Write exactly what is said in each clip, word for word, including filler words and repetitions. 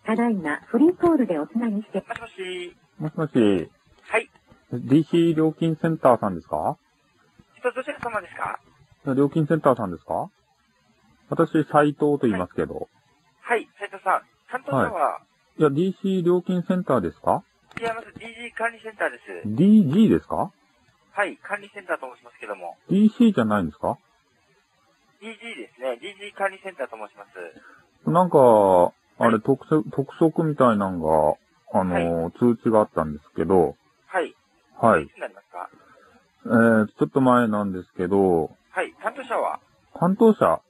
ただいまフリーコールでおつなぎして。 もしもし。 もしもし。 はい。 ディーシー 料金センターさんですか？ どちら様ですか？ 料金センターさんですか？私、斉藤と言いますけど。 はい、斉藤さん。担当者は、はい、 いや、ディーシー 料金センターですか？ 違います。ディージー 管理センターです。 ディージー ですか？ はい、管理センターと申しますけども。 ディーシー じゃないんですか？ ディージー ですね。ディージー 管理センターと申します。 なんか、あれ、督促、督促みたいなのが、あのー、はい、通知があったんですけど。 はい。 はい。 いつになりますか？ えー、ちょっと前なんですけど。 はい。担当者は？ 担当者？ はい。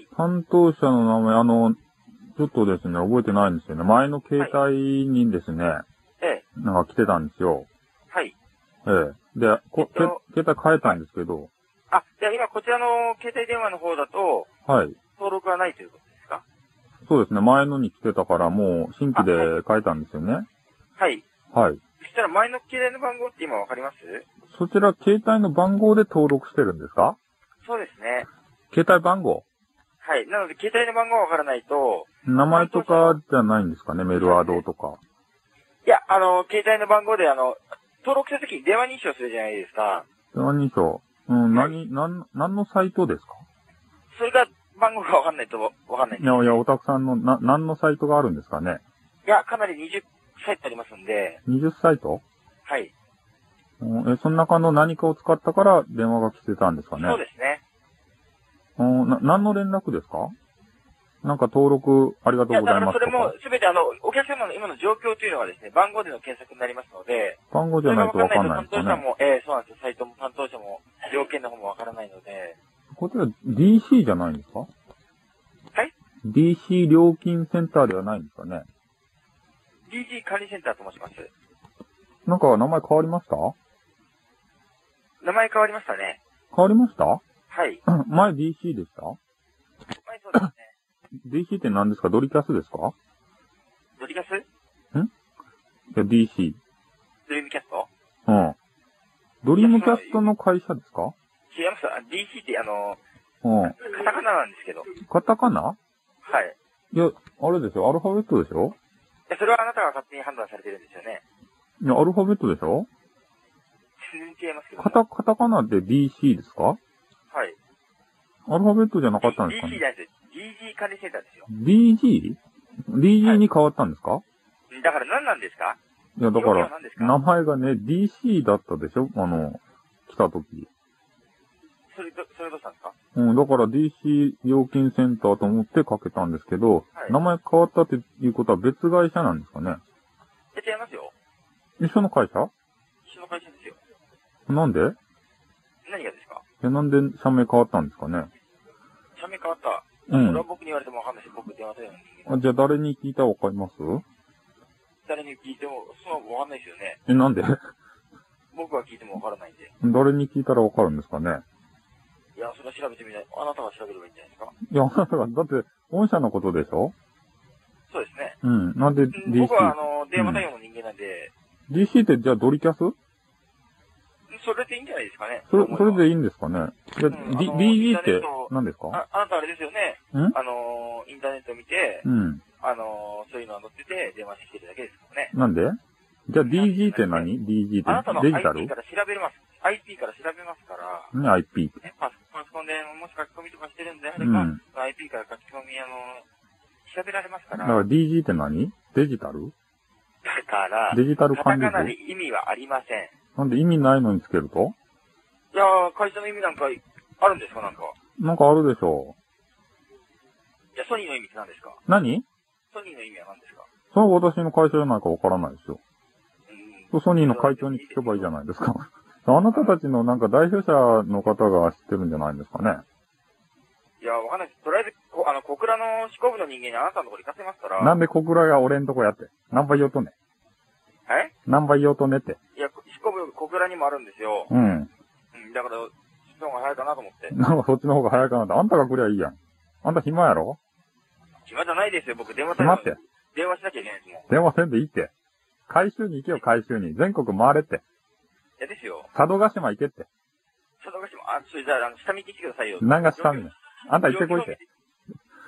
担当者の名前、あの、ちょっとですね、覚えてないんですよね。前の携帯にですね、はい、 ええ。 なんか来てたんですよ。 はい。 ええ。で、こ、えっと、携帯変えたんですけど。はい、 あ、じゃあ今こちらの携帯電話の方だと、 はい。 登録はないということですか？ そうですね。前のに来てたからもう新規で変えたんですよね。 はい。 はい。 そしたら前の携帯の番号って今わかります？ そちら携帯の番号で登録してるんですか？ そうですね。 携帯番号？ はい。なので携帯の番号がわからないと。 名前とかじゃないんですかね？メルアドとか。 いや、あの、携帯の番号であの、登録したときに電話認証するじゃないですか。 電話認証。うん、はい、何、何、何のサイトですか？ それが番号がわかんないとわかんないんです。 いやいや、おたくさんの、な、何のサイトがあるんですかね？ いや、かなりにじゅうサイトありますんで。 にじゅうサイト？ はい。 うん、え、その中の何かを使ったから電話が来てたんですかね？ そうですね。 うん、な、何の連絡ですか？なんか登録ありがとうございますとか。 いや、だからそれもすべてあの、お客様の今の状況というのはですね、番号での検索になりますので。 番号じゃないとわかんないですかね。 担当者も、ええー、そうなんですよ。サイトも担当者も、条件の方もわからないので。 こちら ディーシー じゃないんですか？ はい？ ディーシー 料金センターではないんですかね？ ディージー 管理センターと申します。 なんか名前変わりました？ 名前変わりましたね。 変わりました？ はい。 前 ディーシー でした？ 前そうですね。 ディーシー って何ですか？ドリキャスですか？ ドリキャス？ ん？いや、ディーシー。 ドリームキャスト？ うん。ドリームキャストの会社ですか？ 違います。ディーシー ってあの、 うん。 カタカナなんですけど。 カタカナ？ はい。 いや、あれですよ。アルファベットでしょ？ いや、それはあなたが勝手に判断されてるんですよね。 いや、アルファベットでしょ？ 全然違いますけど。 カタ、カタカナって ディーシー ですか？ はい。 アルファベットじゃなかったんですかね？ ディーシー じゃないです。ディージー 管理センターですよ。 ディージー？ ディージー に変わったんですか？はい、 だから何なんですか？ いや、だから、名前がね、ディーシー だったでしょ？あの、来た時。 それど、それどうしたんですか？ うん、だから ディーシー 料金センターと思ってかけたんですけど、はい、名前変わったっていうことは別会社なんですかね？ え、違いますよ。 一緒の会社？ 一緒の会社ですよ。 なんで？ 何がですか？ え、なんで社名変わったんですかね？ 社名変わった。 うん。 それは僕に言われてもわかんないし、僕電話取れないんですけど。 あ、じゃあ誰に聞いたらわかります？ 誰に聞いても、そうわかんないですよね。 え、なんで？ 僕が聞いてもわからないんで。 誰に聞いたらわかるんですかね？ いや、それは調べてみない。あなたが調べればいいんじゃないですか？ いや、あなたが、だって、御社のことでしょ？ そうですね。 うん。なんで ディーシー？ 僕は、あの、電話対応の人間なんで。 うん、ディーシー ってじゃあドリキャス？ それでいいんじゃないですかね。 それ、それでいいんですかね？じゃ、うん、D、ディージー って何ですか？ あ、あなたあれですよね。 ん？ あの、インターネット見て、 うん。 あの、そういうのが載ってて、電話してきてるだけですからね。 なんで？じゃあ ディージー って何？ ディージー ってあなたの アイピーデジタル？ から調べれます。アイピー から調べますから。 何 アイピー って？ ね、パソパソコンでもし書き込みとかしてるんであれば、うん、アイピー から書き込み、あの、調べられますから。 だから ディージー って何？デジタル？ だから、 デジタル管理カタカナで意味はありません。 なんで意味ないのにつけると？ いやー、会社の意味なんかあるんですかなんか。 なんかあるでしょう。じゃあソニーの意味って何ですか？ 何？ ソニーの意味は何ですか？ それは私の会社じゃないかわからないですよ。うん、ソニーの会長に聞けばいいじゃないですか。あなたたちのなんか代表者の方が知ってるんじゃないんですかね。 いや、わかんないです。とりあえず、あの、小倉の四国部の人間にあなたのところ行かせますから。 なんで小倉が俺んとこやって。何倍言おうとね。 え？ 何倍言おうとねって。 いや、四国部、小倉にもあるんですよ。 うん。うん。 だから、そっちの方が早いかなと思って。 なんかそっちの方が早いかなって。あんたが来りゃいいやん。あんた暇やろ？ 暇じゃないですよ。僕電話暇って。 電話しなきゃいけないですもん。 電話せんでいいって。回収に行けよ、回収に。全国回れって。 いやですよ。 佐渡島行けって。 佐渡島、あ、それじゃあ、あの、下見てきてくださいよ。 何が下見ね。あんた行ってこいって。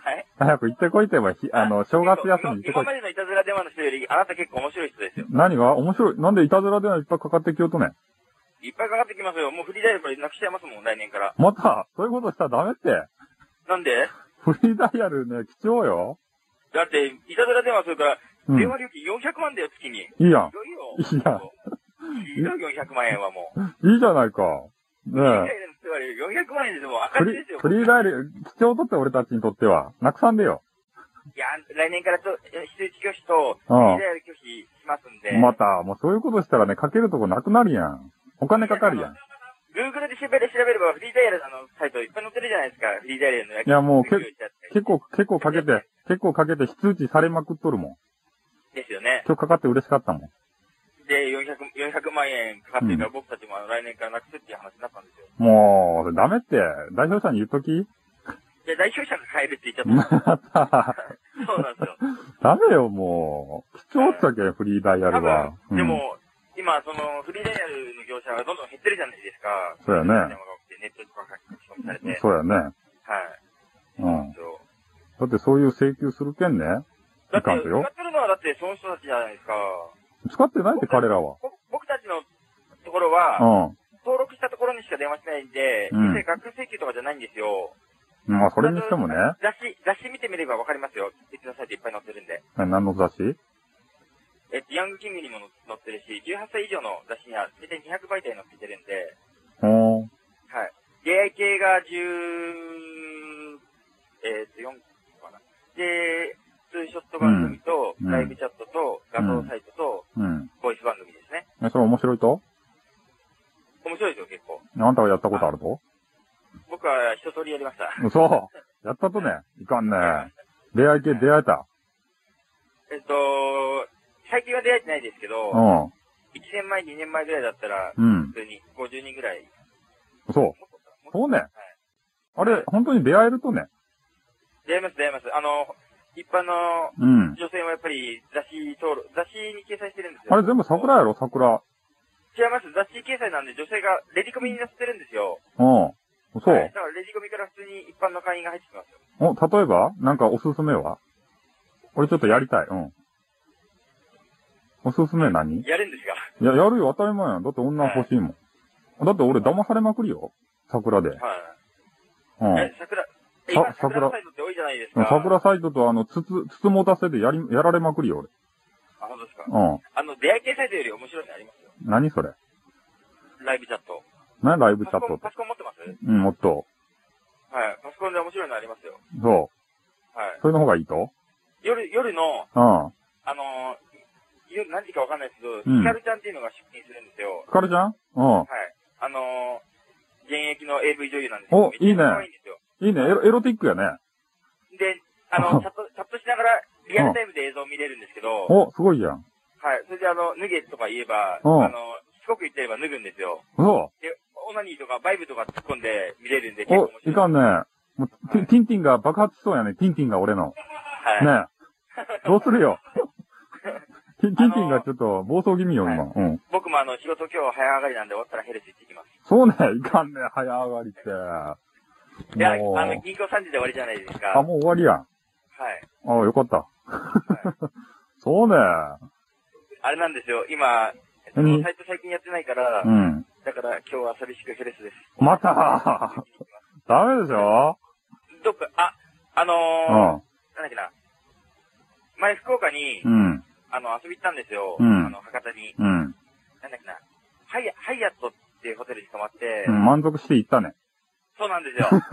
はい早く行ってこいってば、ひあの、正月休みに行ってこい。 今までのいたずら電話の人より、あなた結構面白い人ですよ。 何が面白い。なんでいたずら電話いっぱいかかってきようとね。 いっぱいかかってきますよ。もうフリーダイヤルこれなくしちゃいますもん、来年から。 また、そういうことしたらダメって。 なんでフリーダイヤルね、貴重よ。 だって、いたずら電話するから、 うん電話料金よんひゃくまんだよ、月に。いいいやん。 いよ。 いいやん。 いいよ、よんひゃくまん円はもう。 いいじゃないか。ねフリーダイヤルの人はよんひゃくまん円でもう赤フリ字ですよ。 フリーダイヤル、貴重とって俺たちにとっては。なくさんでよ。 いや、来年からと、非通知拒否と、フうんリーダイヤル拒否しますんで。 また、もうそういうことしたらね、かけるとこなくなるやん。お金かかるやん。 Google で調べれ調べれば、フリーダイヤルのサイトいっぱい載ってるじゃないですか、フリーダイヤルのやつ。 いやもうけ結結構、結構かけて、結構かけて非通知されまくっとるもん。 ですよね。 今日かかって嬉しかったもん。 で、よんひゃく、よんひゃくまん円かかってるから、僕たちも来年からなくすっていう話になったんですよ。 もう、ダメって、代表者に言っときいや、代表者が変えるって言っちゃった。 また、 そうなんですよ。 ダメよ、もう。貴重っちゃけ、フリーダイヤル多は。 分、でも、今、その、フリーダイヤルの業者がどんどん減ってるじゃないですか。 そうやね電話が起きて、ネットとか書き込みされうん、 て。 そうやね。 はい。 うん。 そうだってそういう請求するけんね。 だって、 いかんとよ使。ってるのはだってその人たちじゃないですか。 使ってないって彼らは。 ぼ僕たちのところは、 うん。 登録したところにしか電話しないんで、 うん実際学請求とかじゃないんですよ。 まあ、それにしてもね。 雑誌、雑誌見てみればわかりますよ。うちのサイトいっぱい載ってるんで。 何の雑誌えっと、ヤングキングにも載ってるし、じゅうはっさい以上の雑誌には大体にひゃくばい体載ってるんで、 ほー。 はい。出会い系がじゅう、えっと、よんこかな。で、ツーショット番組と、 うんライブチャットと、画像サイトと、 うん。 ボイス番組ですね。 え、それ面白いと面白いですよ、結構。 あんたはやったことあると僕は一通りやりました。 嘘。やったとね。いかんね。出会い系出会えた。 えっと、最近は出会えてないですけど、 うん。 いちねんまえ、にねんまえぐらいだったら、 うん普通にごじゅうにんぐらい。 そう。そうね。 はい。 あれ、本当に出会えるとね。 出会います、出会います。あの、一般のうん。 女性はやっぱり雑誌登録、雑誌に掲載してるんですよ。 あれ全部桜やろ、桜。 違います。雑誌掲載なんで女性がレディコミに載せてるんですよ。 うん。そう。 はいだからレディコミから普通に一般の会員が入ってきますよ。 お、例えばなんかおすすめは俺ちょっとやりたい。うん。おすすめ何いやるんですが。 や、やるよ、当たり前やん。だって女欲しいもん。だって俺騙されまくりよ。桜で。 はい。 うん。 え、桜、え今さ桜桜サイトって多いじゃないですか。 桜サイトとあの、つつ、つつもたせでやり、やられまくりよ、俺。 あ、本当ですか。 うん。 あの、出会い系サイトより面白いのありますよ。 何それライブチャット。 何ライブチャットってパソコン、パ。ソコン持ってますうん、もっと。 はい。パソコンで面白いのありますよ。 そはい。 う。それの方がいいと夜、夜の、 うん。 あのー、夜何時かわかんないですけど、 うんヒカルちゃんっていうのが出勤するんですよ。 ひかるちゃんうん。 はい。あのー、現役の エーブイ 女優なんですけど、 おいいねめっちゃ可愛いんですよ。 いいね、エロエロティックやね。 で、あの、チャット、チャットしながらリアルタイムで映像を見れるんですけど、 お、すごいじゃん。 はい。それであの、脱げとか言えば、 うんあの、しつこく言ってれば脱ぐんですよ。 そで、オナニーとかバイブとか突っ込んで見れるんで、 う。お結構面、白い。 いかんね。もう、ティティンティンが爆発しそうやね、ティンティンが俺の。 はい。 ねえ。どうするよ。ティティンティンがちょっと暴走気味よ、今。うん。 僕もあの、仕事今日早上がりなんで終わったらヘルス行ってきます。 そうね、いかんね、早上がりって。 いや、 もうあの、銀行さんじで終わりじゃないですか。 あ、もう終わりやん。 はい。 あよかった。 はいそうね。 あれなんですよ、今、そ何のサイト最近やってないから、 うん。 だから今日は寂しくヘルスです。 またダメでしょどっか、あ、あのー、 うん。 なんだっけな。前福岡に、 うん。 あの、遊び行ったんですよ。 うんあの、博多に。 うん。 なんだっけな。ハイア、ハイアットっていうホテルに泊まって、 うん、満足して行ったね。 そうなんですよ。で、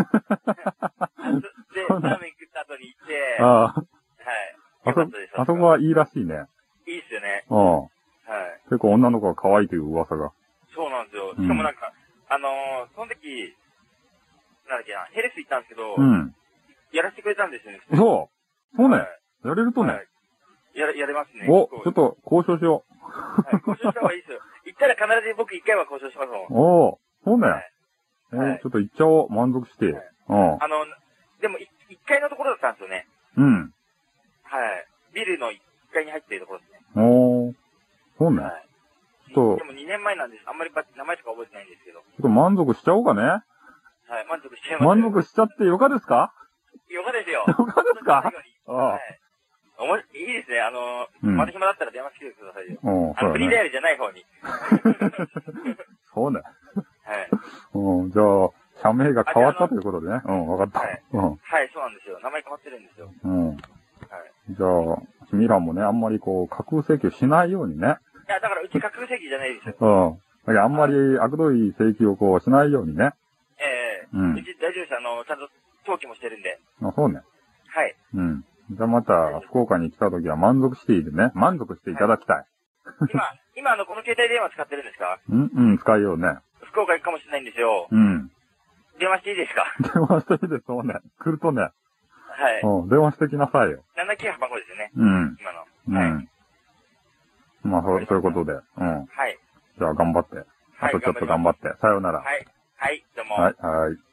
そうねラーメン食った後に行って、 ああ。 はい。 あそよかったです。、 あそこはいいらしいね。 いいっすよね。 うん。 はい。 結構女の子が可愛いという噂が。 そうなんですよ。 うんしかもなんか、あのー、その時、なんだっけな、ヘルス行ったんですけど、 うん。 やらせてくれたんですよね。 そう。そうね。 はいやれるとね。 はいやれ、やれますね。 お、 結構ちょっと交渉しよはい、交渉した方がいいですよ。行ったら必ず僕一回は交渉しますもん。 う。おそうね。 はいおはいちょっと行っちゃおう。満足して。 はいうん。 あの、でもい一階のところだったんですよね。 うん。 はい。ビルの一階に入っているところですね。 おー。そうね。 はい。 ちょっとでもにねんまえなんです。あんまりば名前とか覚えてないんですけど。 ちょっと満足しちゃおうかね。 はい。満足しちゃいます。 満足しちゃってよかですかいよかですよ。 よかですか？ああはい。おもし、いいですね。あの、 うん、 また暇だったら電話来てくださいよ。 うん、 あの、フリーダイヤルじゃない方に。 そうね。 はい。 うん、じゃあ、社名が変わったということでね。うん、わかった。 はい。 うん。 はい、そうなんですよ。名前変わってるんですよ。 うん。はい。 じゃあ、君らもね、あんまりこう、架空請求しないようにね。 いや、だからうち架空請求じゃないですよ。 うん。あんまり悪どい請求をこう、しないようにね。 ええー。うん。うち大丈夫です。あの、ちゃんと登記もしてるんで。 あ、そうね。 はい。 うん。じゃあまた、福岡に来た時は満足しているね。満足していただきたい。はい、 今、今あの、この携帯電話使ってるんですか？ うんうん、使いようね。 福岡行くかもしれないんですよ。 うん。 電話していいですか？ 電話していいです、そうね。来るとね。 はい。 うん、電話してきなさいよ。 ななきゅうはち番号ですよね。 うん。 今の。 うん。はい。まあ、そう、そういうことで。うん。 はい。 じゃあ頑張って。あとちょっと頑張って。さようなら。 はい。はい、どうも。 はい、はい。